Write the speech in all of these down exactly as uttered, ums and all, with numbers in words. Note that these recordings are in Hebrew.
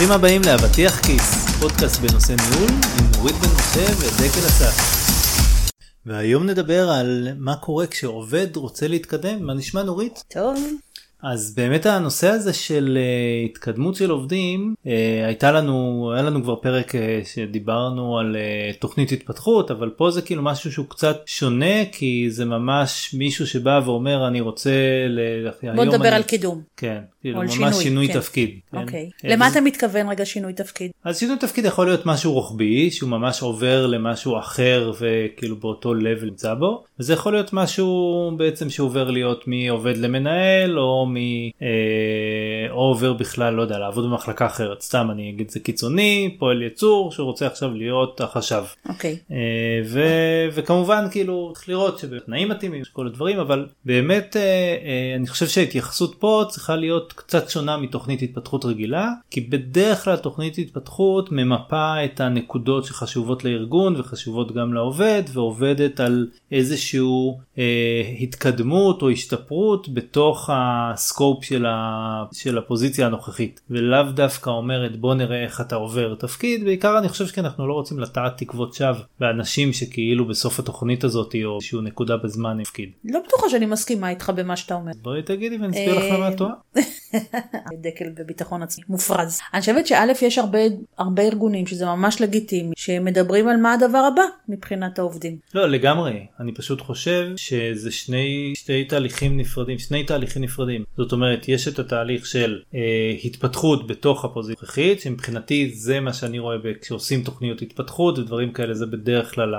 ברוכים הבאים לאבטיח כיס, פודקאסט בנושא ניהול עם נורית בן משה ודקל אסף. והיום נדבר על מה קורה כשעובד רוצה להתקדם. מה נשמע נורית? טוב. אז באמת הנושא הזה של uh, התקדמות של עובדים, uh, הייתה לנו, היה לנו כבר פרק uh, שדיברנו על uh, תוכנית התפתחות, אבל פה זה כאילו משהו שהוא קצת שונה, כי זה ממש מישהו שבא ואומר אני רוצה... ל... בוא נדבר אני... על קידום. כן, כאילו ממש שינוי, שינוי כן. תפקיד. אוקיי. כן. למה וזה... אתה מתכוון רגע שינוי תפקיד? אז שינוי תפקיד יכול להיות משהו רוחבי, שהוא ממש עובר למשהו אחר וכאילו באותו לבל נמצא בו, וזה יכול להיות משהו בעצם שעובר להיות מעובד למנהל, או מ... או עובר בכלל, לא יודע, לעבוד במחלקה אחרת. סתם אני אגיד זה קיצוני, פועל יצור שרוצה עכשיו להיות החשב. אוקיי. ו- וכמובן כאילו צריך לראות שבתנאים מתאימים כל הדברים, אבל באמת אני חושב שההתייחסות פה צריכה להיות קצת שונה מתוכנית התפתחות רגילה, כי בדרך כלל תוכנית התפתחות ממפה את הנקודות שחשובות לארגון וחשובות גם לעובד, ועובדת על איזשהו התקדמות או השתפרות בתוך הסקופ של, ה... של הפוזיציה הנוכחית, ולאו דווקא אומרת בוא נראה איך אתה עובר תפקיד. בעיקר אני חושב שאנחנו לא רוצים לטעת תקוות שווא באנשים שכאילו בסוף התוכנית הזאת או איזשהו נקודה בזמן נפקיד. לא בטוחה שאני מסכימה איתך במה שאתה אומר. בואי תגידי ונסביר לך למה את טועה. דקל בביטחון עצמי מופרז. אני חושבת שא' יש הרבה הרבה ארגונים שזה ממש לגיטימי, שמדברים על מה הדבר הבא מבחינת העובדים. לא, לגמרי. אני פשוט חושב שזה שני שתי תהליכים נפרדים, שני תהליכים נפרדים. זאת אומרת, יש את התהליך של אה, התפתחות בתוך הפוזיציה הנוכחית, שמבחינתי זה מה שאני רואה כשעושים תוכניות התפתחות ודברים כאלה, זה בדרך כלל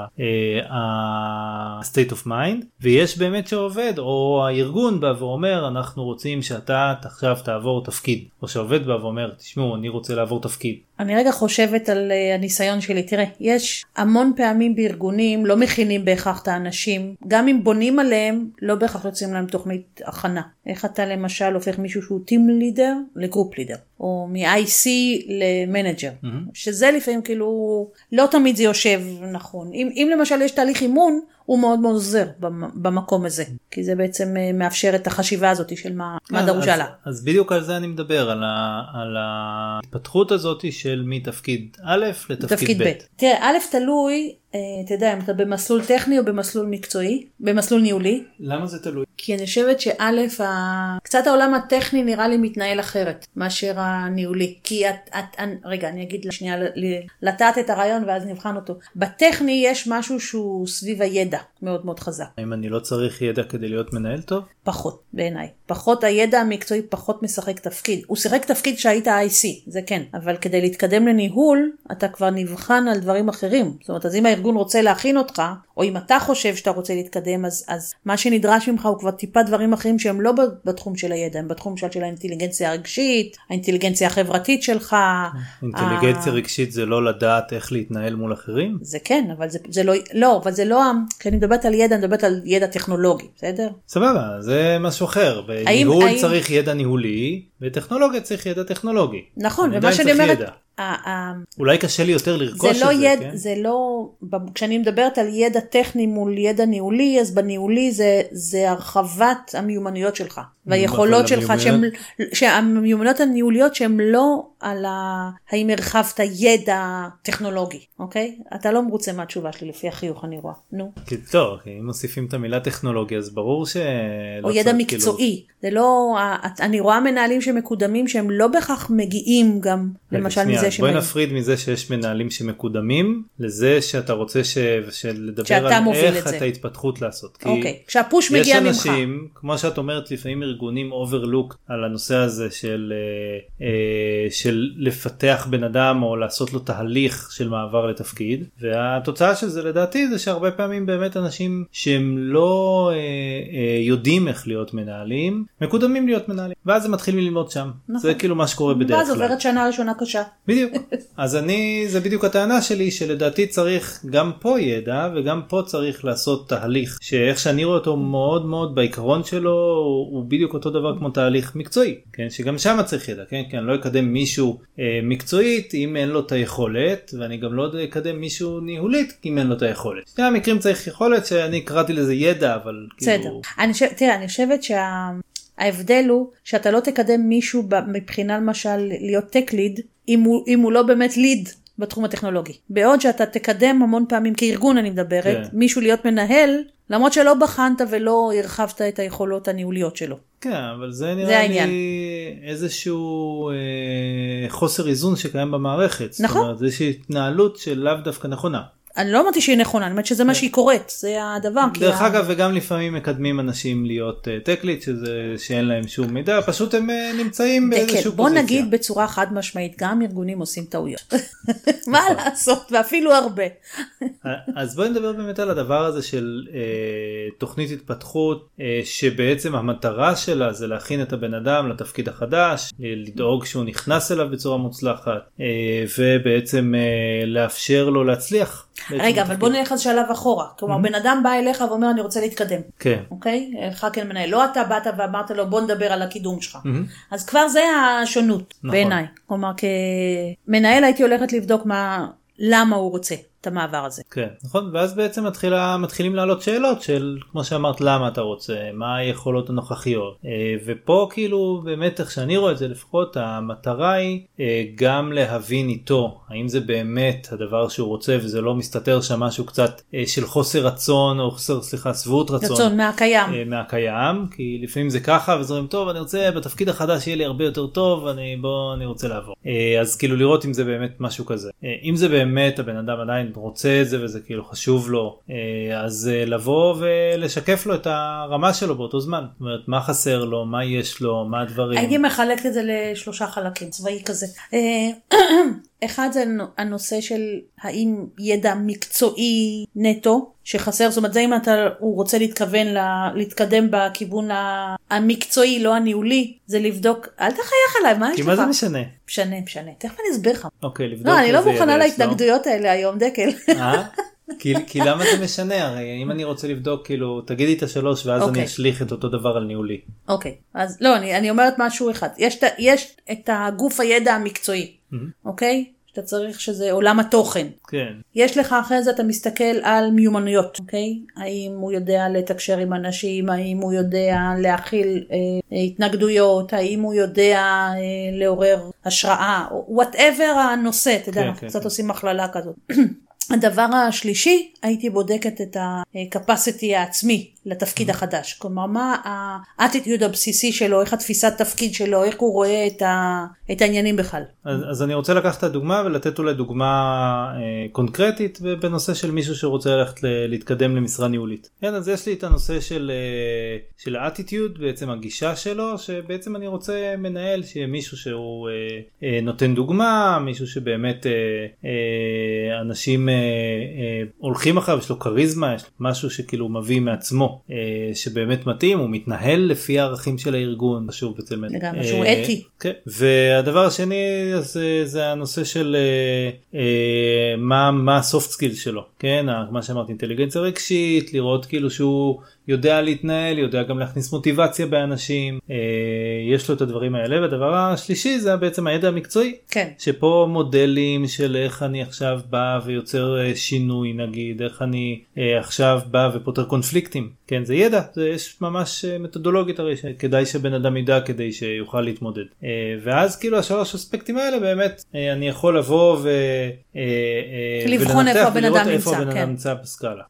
ה-state of mind, ויש באמת שעובד או הארגון בא ואומר אנחנו רוצים שאתה עכשיו תעבור תפקיד, או שעובד בא ואומר תשמעו אני רוצה לעבור תפקיד. אני רגע חושבת על uh, הניסיון שלי. תראה, יש המון פעמים בארגונים לא מכינים בהכרח את האנשים, גם אם בונים עליהם לא בהכרח יוצאים להם תוכנית הכנה. איך אתה למשל הופך מישהו שהוא טים לידר לגרופ לידר, או מ-איי סי למנג'ר, mm-hmm. שזה לפעמים כאילו לא תמיד זה יושב נכון. אם, אם למשל יש תהליך אימון, הוא מאוד מאוד עוזר במקום הזה, כי זה בעצם מאפשר את החשיבה הזאת של מה, מה דרוש עלה. אז, אז בדיוק על זה אני מדבר, על, ה, על ההתפתחות הזאת של מתפקיד א' לתפקיד ב'. תראה, א' תלוי, אתה יודע, אם אתה במסלול טכני או במסלול מקצועי, במסלול ניהולי. למה זה תלוי? כי אני חושבת שא', קצת העולם הטכני נראה לי מתנהל אחרת, מאשר הניהולי. כי את, את, רגע, אני אגיד לשנייה, לטעת את הרעיון ואז נבחן אותו. בטכני יש משהו שהוא סביב הידע, מאוד מאוד חזק. האם אני לא צריך ידע כדי להיות מנהל טוב? פחות, בעיניי. פחות, הידע המקצועי פחות משחק תפקיד. הוא שיחק תפקיד שהיית איי סי, זה כן. אבל כדי להתקדם לניהול, אתה כבר נבחן על דברים אחרים. זאת אומרת, אז אם הארגון רוצה להכין אותך, או אם אתה חושב שאתה רוצה להתקדם, אז, אז מה שנדרש ממך הוא כבר טיפה דברים אחרים שהם לא בתחום של הידע, הם בתחום של, של האינטליגנציה הרגשית, האינטליגנציה החברתית שלך. אינטליגנציה ה... רגשית זה לא לדעת איך להתנהל מול אחרים? זה כן, אבל זה, זה לא, לא, אבל זה לא, כשאני מדברת על ידע, אני מדברת על ידע טכנולוגי, בסדר? סבבה, זה משהו אחר. בניהול האם, צריך האם... ידע ניהולי, בטכנולוגיה צריך ידע טכנולוגי. נכון, ומה שאני אומרת... אולי קשה לי יותר לרכוש זה לא את זה, יד, כן? זה לא, כשאני מדברת על ידע טכני מול ידע ניהולי, אז בניהולי זה, זה הרחבת המיומנויות שלך, והיכולות שלך, שהמיומנויות הניהוליות שהן לא על ה... האם הרחבת ידע טכנולוגי, אוקיי? אתה לא מרוצה מהתשובה שלי לפי החיוך אני רואה, נו. טוב, אם מוסיפים את המילה טכנולוגיה, אז ברור ש... או ידע מקצועי, זה לא, אני רואה מנהלים שמקודמים שהם לא בהכרח מגיעים גם, למשל מזה שמגיעים. בואי נפריד מזה שיש מנהלים שמקודמים, לזה שאתה רוצה לדבר על איך את ההתפתחות לעשות. אוקיי, כשהפוש מגיע ממך. יש אנשים, כמו שאת אומרת, לפעמים ארגונים אוברלוק על הנושא הזה של, של לפתח בן אדם או לעשות לו תהליך של מעבר לתפקיד, והתוצאה של זה לדעתי זה שהרבה פעמים באמת אנשים שהם לא יודעים איך להיות מנהלים, מקודמים להיות מנהלים, ואז הם מתחילים ללמוד שם. זה כאילו מה שקורה בדרך כלל. ואז עוברת שנה ראשונה קשה. בדיוק. אז אני, זה בדיוק הטענה שלי, שלדעתי צריך גם פה ידע, וגם פה צריך לעשות תהליך, שאיך שאני רואה אותו מאוד מאוד בעיקרון שלו, הוא בדיוק אותו דבר כמו תהליך מקצועי, כן? שגם שם צריך ידע, כן? כי אני לא אקדם מישהו אה, מקצועית, אם אין לו את היכולת, ואני גם לא אקדם מישהו ניהולית, אם אין לו את היכולת. שני המקרים צריך יכולת, שאני קראתי לזה ידע, אבל בסדר. כאילו... אני חושבת, תראה, אני חושבת שה... ההבדל הוא שאתה לא תקדם מישהו מבחינה למשל להיות טק ליד, אם הוא, אם הוא לא באמת ליד בתחום הטכנולוגי. בעוד שאתה תקדם המון פעמים, כארגון אני מדברת, כן. מישהו להיות מנהל, למרות שלא בחנת ולא הרחבת את היכולות הניהוליות שלו. כן, אבל זה נראה זה לי העניין. איזשהו אה, חוסר איזון שקיים במערכת. נכון. זאת אומרת, זה איזושהי התנהלות של לאו דווקא נכונה. אני לא אמרתי שהיא נכונה, אני אומרת שזה מה שהיא קוראת, זה הדבר. דרך אגב, וגם לפעמים מקדמים אנשים להיות טקליט, שזה שאין להם שום מידע, פשוט הם נמצאים באיזשהו פוזיציה. בוא נגיד בצורה חד משמעית, גם ארגונים עושים טעויות. מה לעשות, ואפילו הרבה. אז בואי נדבר באמת על הדבר הזה של תוכנית התפתחות, שבעצם המטרה שלה זה להכין את הבן אדם לתפקיד החדש, לדאוג שהוא נכנס אליו בצורה מוצלחת, ובעצם לאפשר לו להצליח. רגע, אבל בוא נלך על שלב אחורה. כלומר, בן אדם בא אליך ואומר, אני רוצה להתקדם. כן. אוקיי? לך כן מנהל. לא אתה באת ואמרת לו, בוא נדבר על הקידום שלך. אז כבר זה השונות בעיניי. כלומר, כמנהל הייתי הולכת לבדוק למה הוא רוצה את המעבר הזה. כן, נכון. ואז בעצם מתחילה, מתחילים לעלות שאלות של, כמו שאמרת, למה אתה רוצה, מה היכולות הנוכחיות. ופה כאילו, באמת, איך שאני רואה את זה לפחות, המטרה היא גם להבין איתו, האם זה באמת הדבר שהוא רוצה, וזה לא מסתתר שם משהו קצת של חוסר רצון, או חוסר, סליחה, סבירות רצון. רצון מהקיים. מהקיים, כי לפעמים זה ככה, וזה אומרים, טוב, אני רוצה, בתפקיד החדש יהיה לי הרבה יותר טוב, אני, בוא, אני רוצה לעבור. אז כאילו לראות אם זה באמת משהו כזה. אם זה באמת, הבן אדם עדיין רוצה את זה וזה כאילו חשוב לו, אז לבוא ולשקף לו את הרמה שלו באותו זמן. זאת אומרת, מה חסר לו, מה יש לו, מה הדברים. הייתי מחלקת את זה לשלושה חלקים, צבאי כזה. אחד זה הנושא של האם ידע מקצועי נטו שחסר, זאת אומרת זה אם אתה, הוא רוצה להתכוון, להתקדם בכיוון המקצועי, לא הניהולי, זה לבדוק, אל תחייך עליי, מה יש לך? כי מה זה משנה? משנה, משנה, תכף אני אסביר לך. אוקיי, לבדוק. לא, אני לא מוכנה להתנגדויות האלה היום, דקל. אה? כי, כי למה זה משנה? הרי אם אני רוצה לבדוק, כאילו, תגידי את השלוש ואז okay. אני אשליך את אותו דבר על ניהולי. אוקיי, okay. אז לא, אני, אני אומרת משהו אחד. יש, יש את הגוף הידע המקצועי, אוקיי? Mm-hmm. Okay? שאתה צריך שזה עולם התוכן. כן. יש לך אחרי זה, אתה מסתכל על מיומנויות, אוקיי? האם הוא יודע לתקשר עם אנשים, האם הוא יודע להכיל אה, התנגדויות, האם הוא יודע אה, לעורר השראה, whatever הנושא, אתה יודע, כן, אנחנו כן, קצת כן. עושים הכללה כזאת. הדבר השלישי, הייתי בודקת את ה-capacity העצמי לתפקיד החדש. כלומר, מה ה-attitude הבסיסי שלו, איך התפיסת תפקיד שלו, איך הוא רואה את, ה- את העניינים בכלל. אז, אז אני רוצה לקחת את הדוגמה ולתת אולי דוגמה אה, קונקרטית בנושא של מישהו שרוצה ללכת ל- להתקדם למשרה ניהולית. כן, אז יש לי את הנושא של, אה, של ה-attitude, בעצם הגישה שלו, שבעצם אני רוצה מנהל שיהיה מישהו שהוא אה, אה, נותן דוגמה, מישהו שבאמת אה, אה, אנשים אה, אה, הולכים אחריו, יש לו קריזמה, יש לו משהו שכאילו מביא מעצמו. שבאמת מתאים, הוא מתנהל לפי הערכים של הארגון, משהו בצלמת. לגמרי, משהו אתי. כן, והדבר השני זה, זה הנושא של מה, מה הסופט סקיל שלו, כן, מה שאמרתי, אינטליגנציה רגשית, לראות כאילו שהוא יודע להתנהל, יודע גם להכניס מוטיבציה באנשים, יש לו את הדברים האלה, והדבר השלישי זה בעצם הידע המקצועי, כן. שפה מודלים של איך אני עכשיו בא ויוצר שינוי נגיד, איך אני עכשיו בא ופותר קונפליקטים, כן, זה ידע, זה יש ממש מתודולוגית הרי, כדאי שבן אדם ידע כדי שיוכל להתמודד. ואז כאילו השלוש אספקטים האלה באמת, אני יכול לבוא ו... לבחון איפה הבן אדם נמצא, איפה הבן אדם נמצא בסקאלה.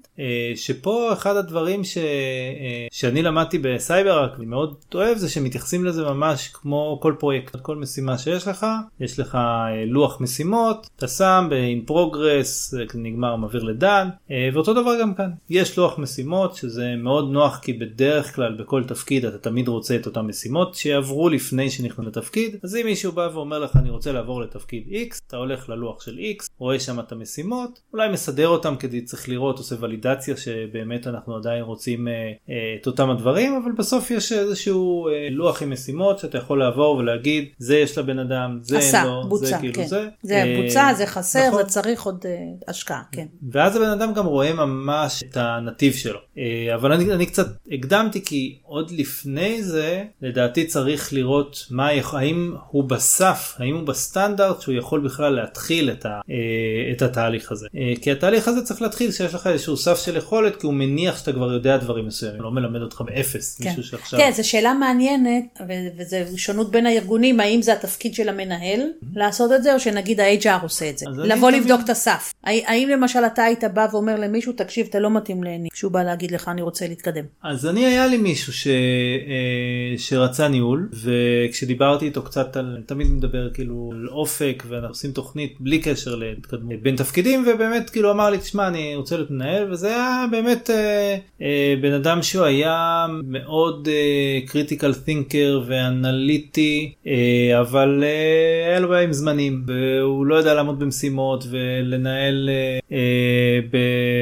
שפה אחד הדברים ש... שאני למדתי בסייבר, אני מאוד אוהב, זה שמתייחסים לזה ממש כמו כל פרויקט, כל משימה שיש לך, יש לך לוח משימות, אתה שם ב-in progress, נגמר מעביר לדן, ואותו דבר גם כאן. יש לוח משימות, שזה מאוד נוח, כי בדרך כלל בכל תפקיד אתה תמיד רוצה את אותן משימות שיעברו לפני שנכנס לתפקיד. אז אם מישהו בא ואומר לך אני רוצה לעבור לתפקיד X, אתה הולך ללוח של X, רואה שם את המשימות, אולי מסדר אותם כדי צריך לראות, עושה ולידציה שבאמת אנחנו עדיין רוצים אה, אה, את אותם הדברים, אבל בסוף יש איזשהו אה, לוח עם משימות שאתה יכול לעבור ולהגיד זה יש לבן אדם, זה עשה, אין לו, בוצע, זה כאילו כן. זה. זה אה, בוצע, זה חסר, נכון. זה צריך עוד אה, השקעה, כן. ואז הבן אדם גם רואה ממש את הנתיב שלו. אה, אבל אני, אני קצת הקדמתי, כי עוד לפני זה, לדעתי צריך לראות מה, האם הוא בסף, האם הוא בסטנדרט שהוא יכול בכלל להתחיל את, ה, את התהליך הזה. כי התהליך הזה צריך להתחיל שיש לך איזשהו סף של יכולת, כי הוא מניח שאתה כבר יודע דברים מסוימים, לא מלמד אותך באפס. כן, מישהו שעכשיו... כן, זו שאלה מעניינת, וזו שונות בין הארגונים, האם זה התפקיד של המנהל לעשות את זה, או שנגיד ה-אייץ' אר עושה את זה. לבוא לבדוק את הסף. האם למשל אתה היית בא ואומר למישהו, תקשיב, אתה לא מתאים לעני, כשהוא בא להגיד לך, אני רוצה להתקדם. אז אני, היה לי מישהו ש... שרצה ניהול, וכשדיברתי איתו קצת על, תמיד מדבר כאילו על אופק, ואנחנו עושים תוכנית בלי קשר להתקדמות בין תפקידים, ובאמת כאילו אמר לי, תשמע, אני רוצה להיות מנהל, וזה היה באמת אה, אה, בן אדם שהוא היה מאוד קריטיקל תינקר ואנליטי, אה, אבל אה, היה לו בעיה עם זמנים, והוא לא ידע לעמוד במשימות, ולנהל אה, אה, ב...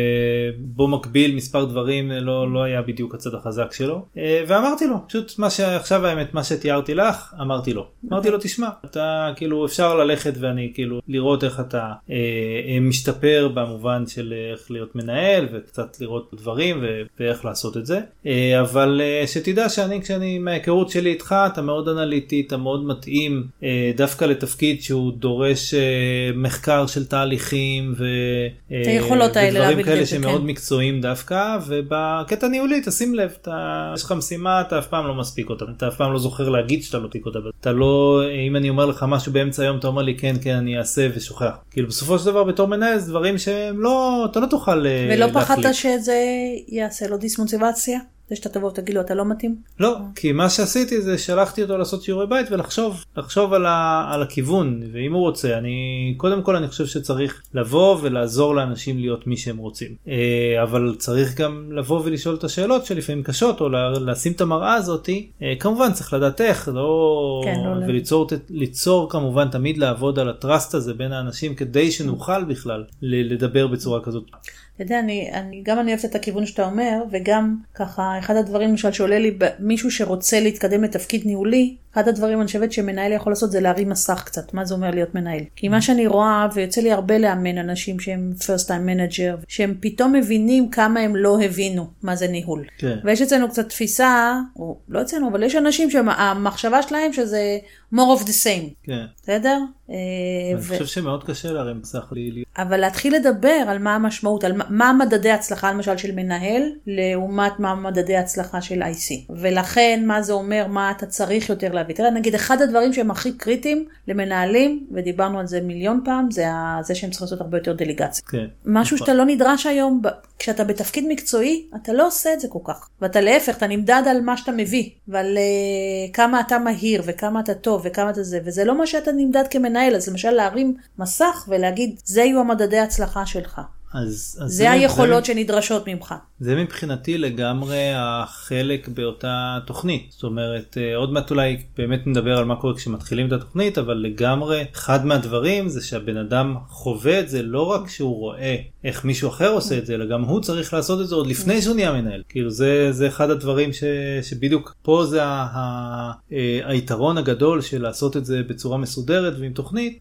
בו מקביל מספר דברים, לא, לא היה בדיוק הצד החזק שלו, אה, ואמרתי לו, פשוט מה שעכשיו האמת, מה שתיארתי לך, אמרתי לו. אמרתי לו, תשמע, אתה כאילו אפשר ללכת ואני כאילו לראות איך אתה אה, משתפר במובן של איך להיות מנהל, וקצת לראות דברים ו- ואיך לעשות את זה. אה, אבל אה, שתדע שאני, כשאני, מההיכרות שלי איתך, אתה מאוד אנליטי, אתה מאוד מתאים אה, דווקא לתפקיד שהוא דורש אה, מחקר של תהליכים ו, אה, ודברים כאלה שמאוד כן. מקצועיים דווקא, ובקטע ניהולי, תשים לב, אתה, יש לך משימה, אתה אף פעם לא מספיק אותה, אתה אף פעם לא זוכר להגיד שאתה לא מספיק אותה, אתה לא, אם אני אומר לך משהו באמצע היום, אתה אומר לי כן, כן, אני אעשה ושוכח. כאילו בסופו של דבר בתור מנהל, זה דברים שהם לא, אתה לא תוכל להחליט. ולא פחדת שזה יעשה לו דיסמוטיבציה? זה שאתה תבוא ותגיד לו, אתה לא מתאים? לא, כי מה שעשיתי זה שלחתי אותו לעשות שיעורי בית ולחשוב, לחשוב על, ה, על הכיוון, ואם הוא רוצה, אני, קודם כל אני חושב שצריך לבוא ולעזור לאנשים להיות מי שהם רוצים. אבל צריך גם לבוא ולשאול את השאלות שלפעמים קשות, או לשים את המראה הזאת, כמובן צריך לדעת איך, לא, כן, לא וליצור ליצור, כמובן תמיד לעבוד על הטרסט הזה בין האנשים, כדי שנוכל בכלל לדבר בצורה כזאת. אתה יודע, אני, אני, גם אני אוהבת את הכיוון שאתה אומר, וגם ככה, אחד הדברים למשל שעולה לי, מישהו שרוצה להתקדם לתפקיד ניהולי, אחד הדברים אני חושבת שמנהל יכול לעשות זה להרים מסך קצת, מה זה אומר להיות מנהל. כי מה שאני רואה, ויוצא לי הרבה לאמן אנשים שהם first time manager, שהם פתאום מבינים כמה הם לא הבינו מה זה ניהול. כן. ויש אצלנו קצת תפיסה, או לא אצלנו, אבל יש אנשים שהמחשבה שלהם שזה more of the same. כן. בסדר? אני חושב שמאוד קשה להרים מסך לי. אבל להתחיל לדבר על מה המשמעות, על מה מדדי הצלחה למשל של מנהל, לעומת מה מדדי הצלחה של איי סי. ולכן מה זה אומר, מה אתה צריך יותר להביא. תראה, נגיד, אחד הדברים שהם הכי קריטיים למנהלים, ודיברנו על זה מיליון פעם, זה זה שהם צריכים לעשות הרבה יותר דליגציה. כן. משהו שאתה לא נדרש היום, כשאתה בתפקיד מקצועי, אתה לא עושה את זה כל כך. ואתה להפך, אתה נמדד על מה שאתה מביא, ועל uh, כמה אתה מהיר, וכמה אתה טוב, וכמה אתה זה, וזה לא מה שאתה נמדד כמנהל, אז למשל להרים מסך ולהגיד, זה יהיו המדדי ההצלחה שלך. אז, אז זה, זה היכולות זה, שנדרשות ממך. זה מבחינתי לגמרי החלק באותה תוכנית. זאת אומרת, עוד מעט אולי באמת נדבר על מה קורה כשמתחילים את התוכנית, אבל לגמרי אחד מהדברים זה שהבן אדם חווה את זה לא רק שהוא רואה איך מישהו אחר עושה את זה, אלא גם הוא צריך לעשות את זה עוד לפני שהוא נהיה מנהל. כאילו זה, זה אחד הדברים ש, שבדיוק פה זה ה, ה, היתרון הגדול של לעשות את זה בצורה מסודרת ועם תוכנית,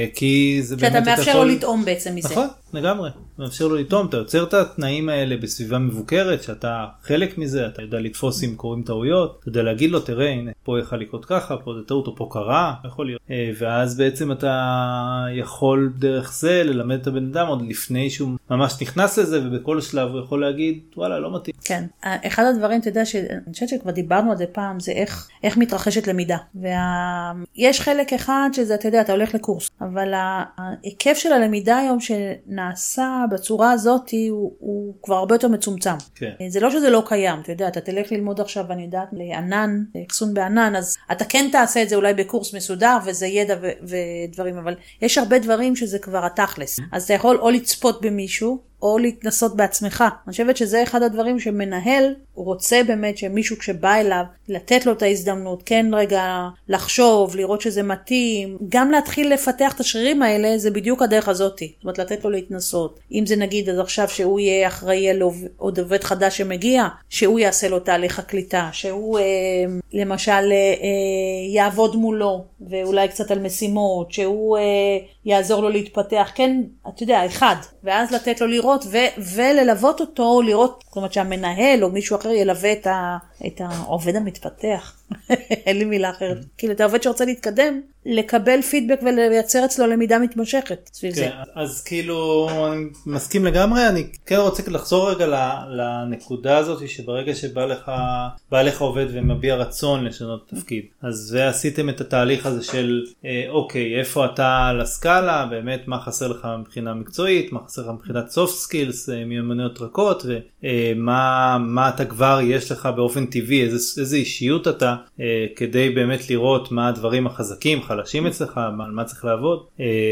כי זה באמת... שאתה מאפשר לו לטעום בעצם מזה. נכון, לגמרי. מאפשר לו לטעום, אתה יוצר את התנאים האלה בסביבה מבוקרת, שאתה חלק מזה, אתה יודע לתפוס אם קוראים טעויות, אתה יודע להגיד לו, תראה, הנה, פה יכול לקרות ככה, פה זה טעות, או פה קרה, יכול להיות. ואז בעצם אתה יכול דרך זה ללמד את הבן אדם עוד לפני שהוא ממש נכנס לזה, ובכל שלב הוא יכול להגיד, וואלה, לא מתאים. כן, אחד הדברים, אתה יודע, שאני חושבת שכבר דיברנו על זה פעם, זה איך, איך מתרחשת למידה. ויש חלק אחד שזה, אתה יודע, אתה הולך לקורס, אבל ההיקף של הלמידה היום שנעשה בצורה הזאת הוא, הוא כבר הרבה יותר מצומצם. כן. זה לא שזה לא קיים, אתה יודע, אתה תלך ללמוד עכשיו, אני יודעת, לענן, לאקסון בענן, אז אתה כן תעשה את זה אולי בקורס מסודר, וזה ידע ו- ודברים, אבל יש הרבה דברים שזה כבר התכלס. אז אתה יכול או לצפות במישהו, או להתנסות בעצמך. אני חושבת שזה אחד הדברים שמנהל, הוא רוצה באמת שמישהו כשבא אליו, לתת לו את ההזדמנות, כן רגע לחשוב, לראות שזה מתאים, גם להתחיל לפתח את השרירים האלה, זה בדיוק הדרך הזאת. זאת אומרת, לתת לו להתנסות. אם זה נגיד, אז עכשיו שהוא יהיה אחראי על עוד עובד חדש שמגיע, שהוא יעשה לו תהליך הקליטה, שהוא אה, למשל אה, יעבוד מולו, ואולי קצת על משימות, שהוא אה, יעזור לו להתפתח, כן, אתה יודע, אחד, ואז לתת לו לראות לראות ו- וללוות אותו, לראות, כלומר שהמנהל או מישהו אחר ילווה את, ה- את העובד המתפתח, אין לי מילה אחרת, כאילו את העובד שרוצה להתקדם, לקבל פידבק ולייצר אצלו למידה מתמשכת. כן, אז כאילו אני מסכים לגמרי, אני כן רוצה לחזור רגע לנקודה הזאת שברגע שבא לך, בא לך עובד ומביע רצון לשנות תפקיד, אז ועשיתם את התהליך הזה של אוקיי, איפה אתה על הסקאלה, באמת מה חסר לך מבחינה מקצועית, מה חסר לך מבחינת soft skills, מיומנויות רכות, ומה מה אתה כבר יש לך באופן טבעי, איזה, איזה אישיות אתה, כדי באמת לראות מה הדברים החזקים, חלשים אצלך, על מה צריך לעבוד.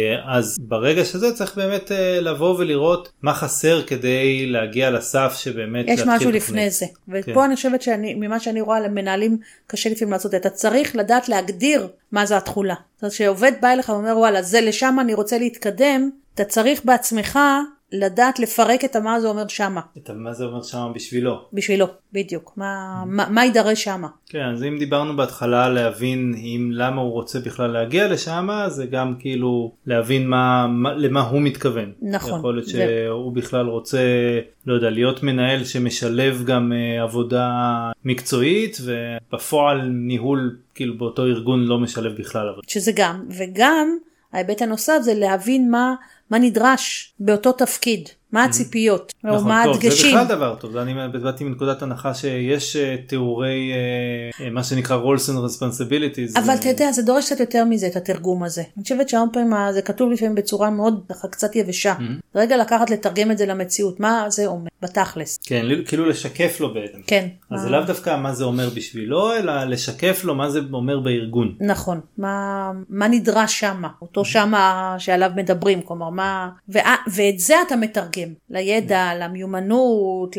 אז ברגע שזה צריך באמת לבוא ולראות מה חסר כדי להגיע לסף שבאמת יש משהו לפני זה. ופה אני חושבת שממה שאני רואה למנהלים קשה לפעמים לעשות, אתה צריך לדעת להגדיר מה זה התחולה. זאת אומרת שעובד בא אליך ואומר וואלה זה לשם אני רוצה להתקדם, אתה צריך בעצמך לדעת לפרק את מה זה אומר שמה. את מה זה אומר שמה בשבילו. בשבילו, בדיוק. מה, מה, מה יידרש שמה. כן, אז אם דיברנו בהתחלה להבין אם למה הוא רוצה בכלל להגיע לשמה, זה גם כאילו להבין מה, מה, למה הוא מתכוון. נכון. יכול להיות שהוא בכלל רוצה, לא יודע, להיות מנהל שמשלב גם uh, עבודה מקצועית, ובפועל ניהול כאילו באותו ארגון לא משלב בכלל עבודה. שזה גם, וגם ההיבט הנוסף זה להבין מה, מה נדרש באותו תפקיד, מה הציפיות, או נכון, מה טוב, הדגשים. זה בכלל דבר טוב, אני באתי מנקודת הנחה שיש uh, תיאורי, uh, מה שנקרא roles and responsibilities. אבל אתה יודע, זה דורש קצת יותר מזה, את התרגום הזה. אני חושבת שהרבה פעמים זה כתוב לפעמים בצורה מאוד קצת יבשה. Mm-hmm. רגע לקחת לתרגם את זה למציאות, מה זה אומר, בתכלס. כן, כאילו לשקף לו בעצם. כן. אז זה לאו דווקא מה זה אומר בשבילו, אלא לשקף לו מה זה אומר בארגון. נכון, מה, מה נדרש שמה, אותו שמה שעליו מדברים, כלומר, מה, ואת זה אתה מתרגם. לידע, למיומנות,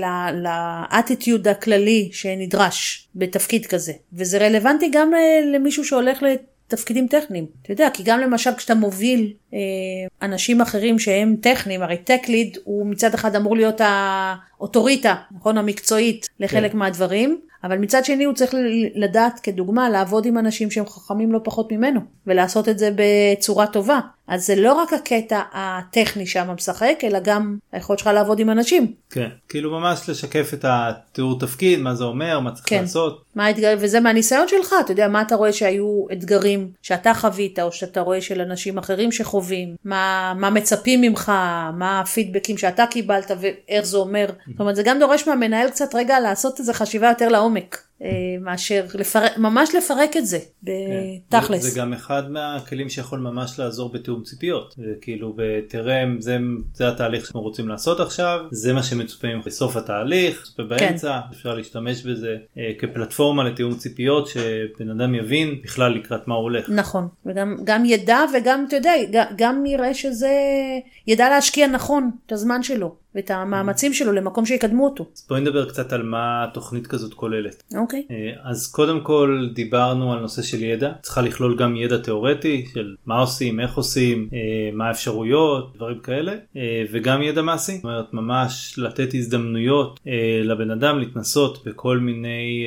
לאטיטיוד הכללי שנדרש בתפקיד כזה. וזה רלוונטי גם למישהו שהולך לתפקידים טכניים. אתה יודע, כי גם למשל כשאתה מוביל אה, אנשים אחרים שהם טכניים, הרי טק ליד הוא מצד אחד אמור להיות האוטוריטה, נכון, המקצועית לחלק כן. מהדברים, אבל מצד שני הוא צריך לדעת כדוגמה לעבוד עם אנשים שהם חכמים לא פחות ממנו, ולעשות את זה בצורה טובה. אז זה לא רק הקטע הטכני שם משחק, אלא גם היכולת שלך לעבוד עם אנשים. כן, כאילו ממש לשקף את התיאור תפקיד, מה זה אומר, מה צריך כן. לעשות. מה האתגר, וזה מהניסיון שלך, אתה יודע, מה אתה רואה שהיו אתגרים שאתה חווית, או שאתה רואה של אנשים אחרים שחווים, מה, מה מצפים ממך, מה הפידבקים שאתה קיבלת, ואיך זה אומר. זאת אומרת, זה גם דורש מהמנהל קצת רגע לעשות איזו חשיבה יותר לעומק. מאשר לפרק, ממש לפרק את זה בתכלס. זה גם אחד מהכלים שיכול ממש לעזור בתיאום ציפיות. כאילו בתרם, זה, זה התהליך שאנחנו רוצים לעשות עכשיו, זה מה שמצופים בסוף התהליך, ובאמצע אפשר להשתמש בזה כפלטפורמה לתיאום ציפיות, שבן אדם יבין בכלל לקראת מה הוא הולך. נכון, וגם גם ידע וגם, אתה יודע, גם יראה שזה, ידע להשקיע נכון את הזמן שלו. ואת המאמצים שלו למקום שיקדמו אותו. אז בואי נדבר קצת על מה התוכנית כזאת כוללת. אוקיי. אז קודם כל דיברנו על נושא של ידע. צריכה לכלול גם ידע תיאורטי של מה עושים, איך עושים, מה האפשרויות, דברים כאלה. וגם ידע מעשי. זאת אומרת, ממש לתת הזדמנויות לבן אדם להתנסות בכל מיני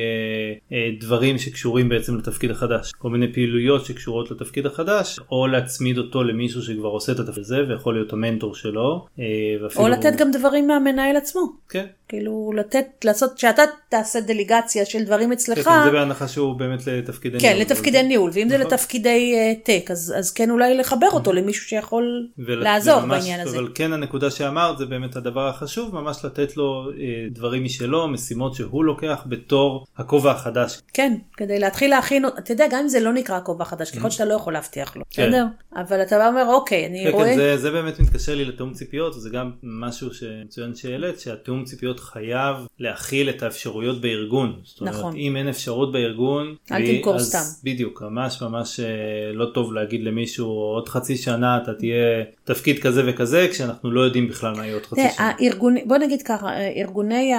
דברים שקשורים בעצם לתפקיד החדש. כל מיני פעילויות שקשורות לתפקיד החדש, או להצמיד אותו למישהו שכבר עושה את התפקיד הזה, ויכול להיות המנטור שלו. או לתת גם דברים מהמנהל עצמו. כן. כאילו לתת, לעשות, שאתה תעשה דליגציה של דברים אצלך. כן, זה בהנחה שהוא באמת לתפקידי ניהול. כן, לתפקידי ניהול, ואם זה לתפקידי טק, אז כן אולי לחבר אותו למישהו שיכול לעזור בעניין הזה. אבל כן הנקודה שאמרת, זה באמת הדבר החשוב, ממש לתת לו דברים משלו, משימות שהוא לוקח בתור הכובע החדש. כן, כדי להתחיל להכין, אתה יודע, גם אם זה לא נקרא הכובע החדש, ככל שאתה לא יכול להבטיח לו, בסדר? אבל אתה אומר, אוקיי, אני רואה... זה באמת מתקשר לי לתאום ציפיות, וזה גם משהו שמצוין שאלת, שהתאום ציפיות חייב להכיל את האפשרויות בארגון. זאת אומרת, נכון. אם אין אפשרות בארגון, אל תמכור סתם. בדיוק, ממש ממש לא טוב להגיד למישהו, עוד חצי שנה אתה תהיה תפקיד כזה וכזה, כשאנחנו לא יודעים בכלל מה יהיה עוד חצי שנה. הארגוני, בוא נגיד ככה, ארגוני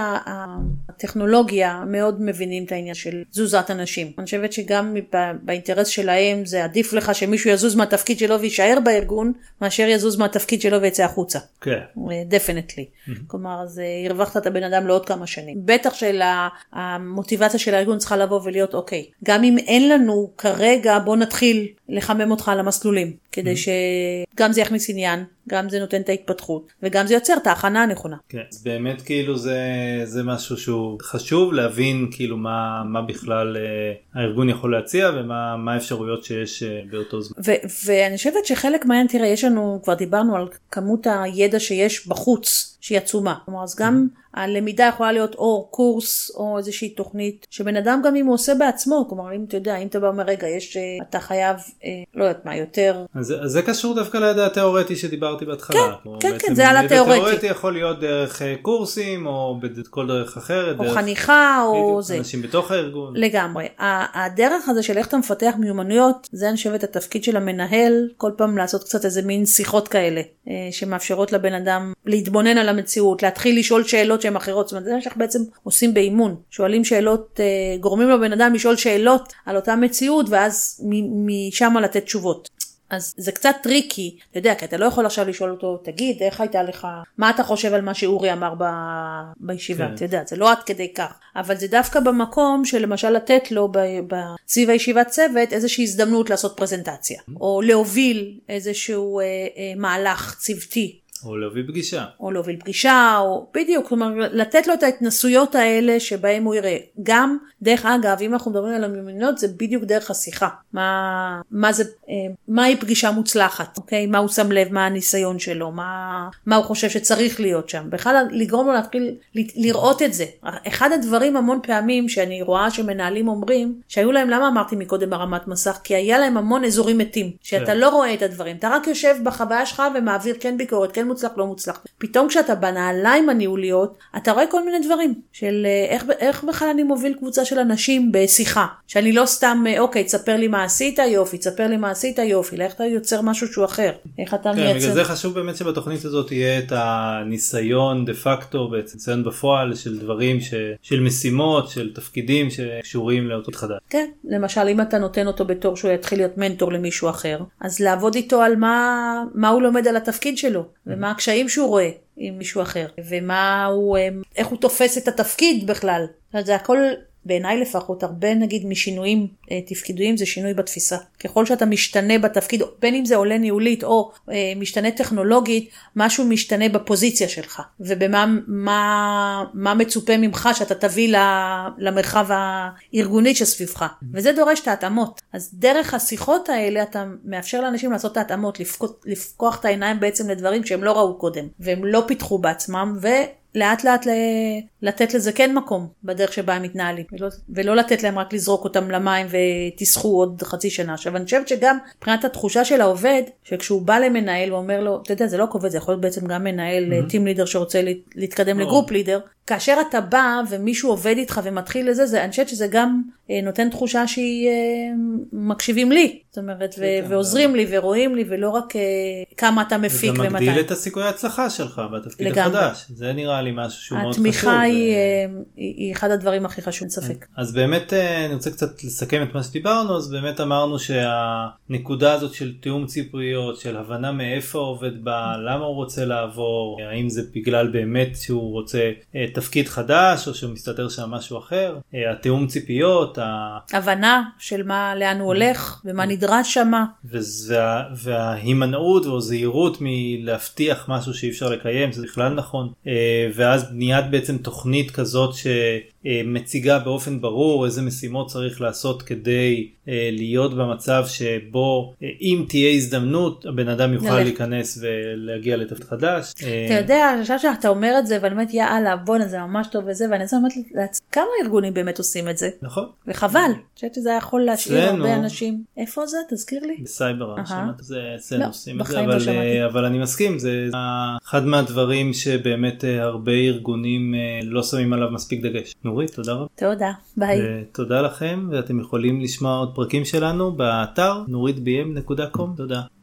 הטכנולוגיה מאוד מבינים את העניין של תזוזת אנשים. אני חושבת שגם באינטרס שלהם זה עדיף לך שמישהו יזוז מהתפקיד שלו ויישאר בארגון, מאשר יזוז מהתפקיד שלו ויצא החוצה. כן. דפנטלי. כלומר, אז הרווחת את הבן אדם לעוד כמה שנים. בטח שהמוטיבציה של הארגון צריכה לבוא ולהיות, אוקיי, גם אם אין לנו כרגע, בוא נתחיל לחמם אותך על המסלולים, כדי שגם זה יכניס עניין, גם זה נותן את ההתפתחות, וגם זה יוצר את ההכנה הנכונה. כן, אז באמת כאילו זה, זה משהו שהוא חשוב להבין כאילו מה, מה בכלל אה, הארגון יכול להציע, ומה מה האפשרויות שיש אה, באותו זמן. ו- ואני חושבת שחלק מהעניין, תראה, יש לנו, כבר דיברנו על כמות הידע שיש בחוץ, שהיא עצומה. כלומר, אז גם הלמידה יכולה להיות או קורס, או איזושהי תוכנית, שבן אדם גם אם הוא עושה בעצמו, כלומר, אם אתה יודע, אם אתה בא אומר, רגע, יש, אתה חייב, אה, לא יודעת מה, יותר... אז, אז זה קשור דווקא לידע התיאורטי שדיברתי בהתחלה. כן, כן, כן, זה על התיאורטי. התיאורטי יכול להיות דרך קורסים, או בכל דרך אחרת. או דרך... חניכה, או זה. אנשים בתוך הארגון. לגמרי. הדרך הזה של איך אתה מפתח מיומנויות, זה אני חושבת התפקיד של המנהל, כל פעם לעשות קצת איזה מין שיחות כאלה, שמאפשרות לבן אדם להתבונן על המציאות, להתחיל לשאול שאלות שהן אחרות. זאת אומרת, זה מה שאנחנו בעצם עושים באימון. שואלים שאלות, גורמים לבן אדם לשאול שאלות על אותה מציאות, ואז משם לתת תשובות. אז זה קצת טריקי, אתה יודע, כי אתה לא יכול עכשיו לשאול אותו, תגיד, איך הייתה לך, מה אתה חושב על מה שאורי אמר ב... בישיבה, כן. אתה יודע, זה לא עד כדי כך, אבל זה דווקא במקום שלמשל לתת לו בסביב הישיבת צוות איזושהי הזדמנות לעשות פרזנטציה, או להוביל איזשהו אה, אה, מהלך צוותי. או להוביל פגישה. או להוביל פגישה, או בדיוק, כלומר, לתת לו את ההתנסויות האלה שבהם הוא יראה. גם, דרך אגב, אם אנחנו מדברים על המיומנויות, זה בדיוק דרך השיחה. מה, מה זה, מהי פגישה מוצלחת, אוקיי? מה הוא שם לב, מה הניסיון שלו, מה, מה הוא חושב שצריך להיות שם. בכלל, לגרום לו להתחיל לראות את זה. אחד הדברים המון פעמים שאני רואה שמנהלים אומרים, שהיו להם, למה אמרתי מקודם ברמת מסך? כי היה להם המון אזורים מתים, שאתה לא רואה את הדברים. אתה רק יושב בחוויה שלך ומעביר כן ביקורת, כן מוצלח, לא מוצלח. פתאום כשאתה בנעליים הניהוליות, אתה רואה כל מיני דברים של איך, איך בכלל אני מוביל קבוצה של אנשים בשיחה, שאני לא סתם, אוקיי, תספר לי מה עשית, יופי, תספר לי מה עשית, יופי, איך אתה יוצר משהו שהוא אחר, איך אתה כן, מייצר. בגלל זה חשוב באמת שבתוכנית הזאת יהיה את הניסיון דה פקטו, בעצם ניסיון בפועל של דברים, ש, של משימות, של תפקידים שקשורים לאותו חדש. כן, למשל אם אתה נותן אותו בתור שהוא יתחיל להיות מנטור למישהו אחר, אז לעבוד איתו על מה, מה הוא לומד על התפקיד שלו, ומה הקשיים שהוא רואה עם מישהו אחר, ומה הוא, איך הוא תופס את התפקיד בכלל. זה הכל בעיניי לפחות, הרבה נגיד משינויים אה, תפקידויים, זה שינוי בתפיסה. ככל שאתה משתנה בתפקיד, בין אם זה עולה ניהולית או אה, משתנה טכנולוגית, משהו משתנה בפוזיציה שלך, ובמה מה, מה מצופה ממך שאתה תביא למרחב הארגונית שסביבך. וזה דורש את ההתאמות. אז דרך השיחות האלה אתה מאפשר לאנשים לעשות את ההתאמות, לפקוח, לפקוח את העיניים בעצם לדברים שהם לא ראו קודם, והם לא פיתחו בעצמם, ו... לאט לאט לתת לזה כן מקום בדרך שבה הם מתנהלים, ולא, ולא לתת להם רק לזרוק אותם למים ותסחו עוד חצי שנה. עכשיו אני חושבת שגם מבחינת התחושה של העובד, שכשהוא בא למנהל ואומר לו, אתה יודע, זה לא עובד, זה יכול להיות בעצם גם מנהל טים לידר שרוצה להתקדם לגרופ לידר, כאשר אתה בא ומישהו עובד איתך ומתחיל לזה, זה, אני חושבת שזה גם נותן תחושה שהיא מקשיבים לי, זאת אומרת, ו- ועוזרים לי ורואים לי, ולא רק כמה אתה מפיק ומתי. וגם מגדיל את הסיכוי ההצלחה שלך בתפקיד החדש. זה נראה לי משהו שהוא מאוד חשוב. התמיכה היא, היא אחד הדברים הכי חשוב, ספק. אז באמת אני רוצה קצת לסכם את מה שדיברנו, אז באמת אמרנו שהנקודה הזאת של תיאום ציפיות, של הבנה מאיפה עובד בה, למה הוא רוצה לעבור, האם זה בגלל באמת שהוא רוצה תפקיד חדש, או שהוא מסתתר שם משהו אחר, התיאום ציפיות, הבנה של מה, לאן הוא הולך, ומה נדרש שם. וה, וההימנעות או זהירות מלהבטיח משהו שאי אפשר לקיים, זה בכלל נכון. ואז בניית בעצם תוכנית כזאת שמציגה באופן ברור איזה משימות צריך לעשות כדי להיות במצב שבו אם תהיה הזדמנות, הבן אדם יוכל נלך. להיכנס ולהגיע לתפקיד חדש. אתה יודע, אני חושבת שאתה אומר את זה, ואני אומרת, יאללה, בוא, זה ממש טוב וזה, ואני אומרת, כמה ארגונים באמת עושים את זה? נכון. וחבל, אני חושבת שזה יכול להשאיר הרבה אנשים. איפה זה? תזכיר לי. בסייבר, שמעת, זה אצלנו עושים את זה, אבל אני מסכים, זה אחד מהדברים שבאמת הרבה ארגונים לא שמים עליו מספיק דגש. נורית, תודה רבה. תודה, ביי. תודה לכם, ואתם יכולים לשמוע עוד פרקים שלנו באתר נורית בי אם נקודה קום. תודה.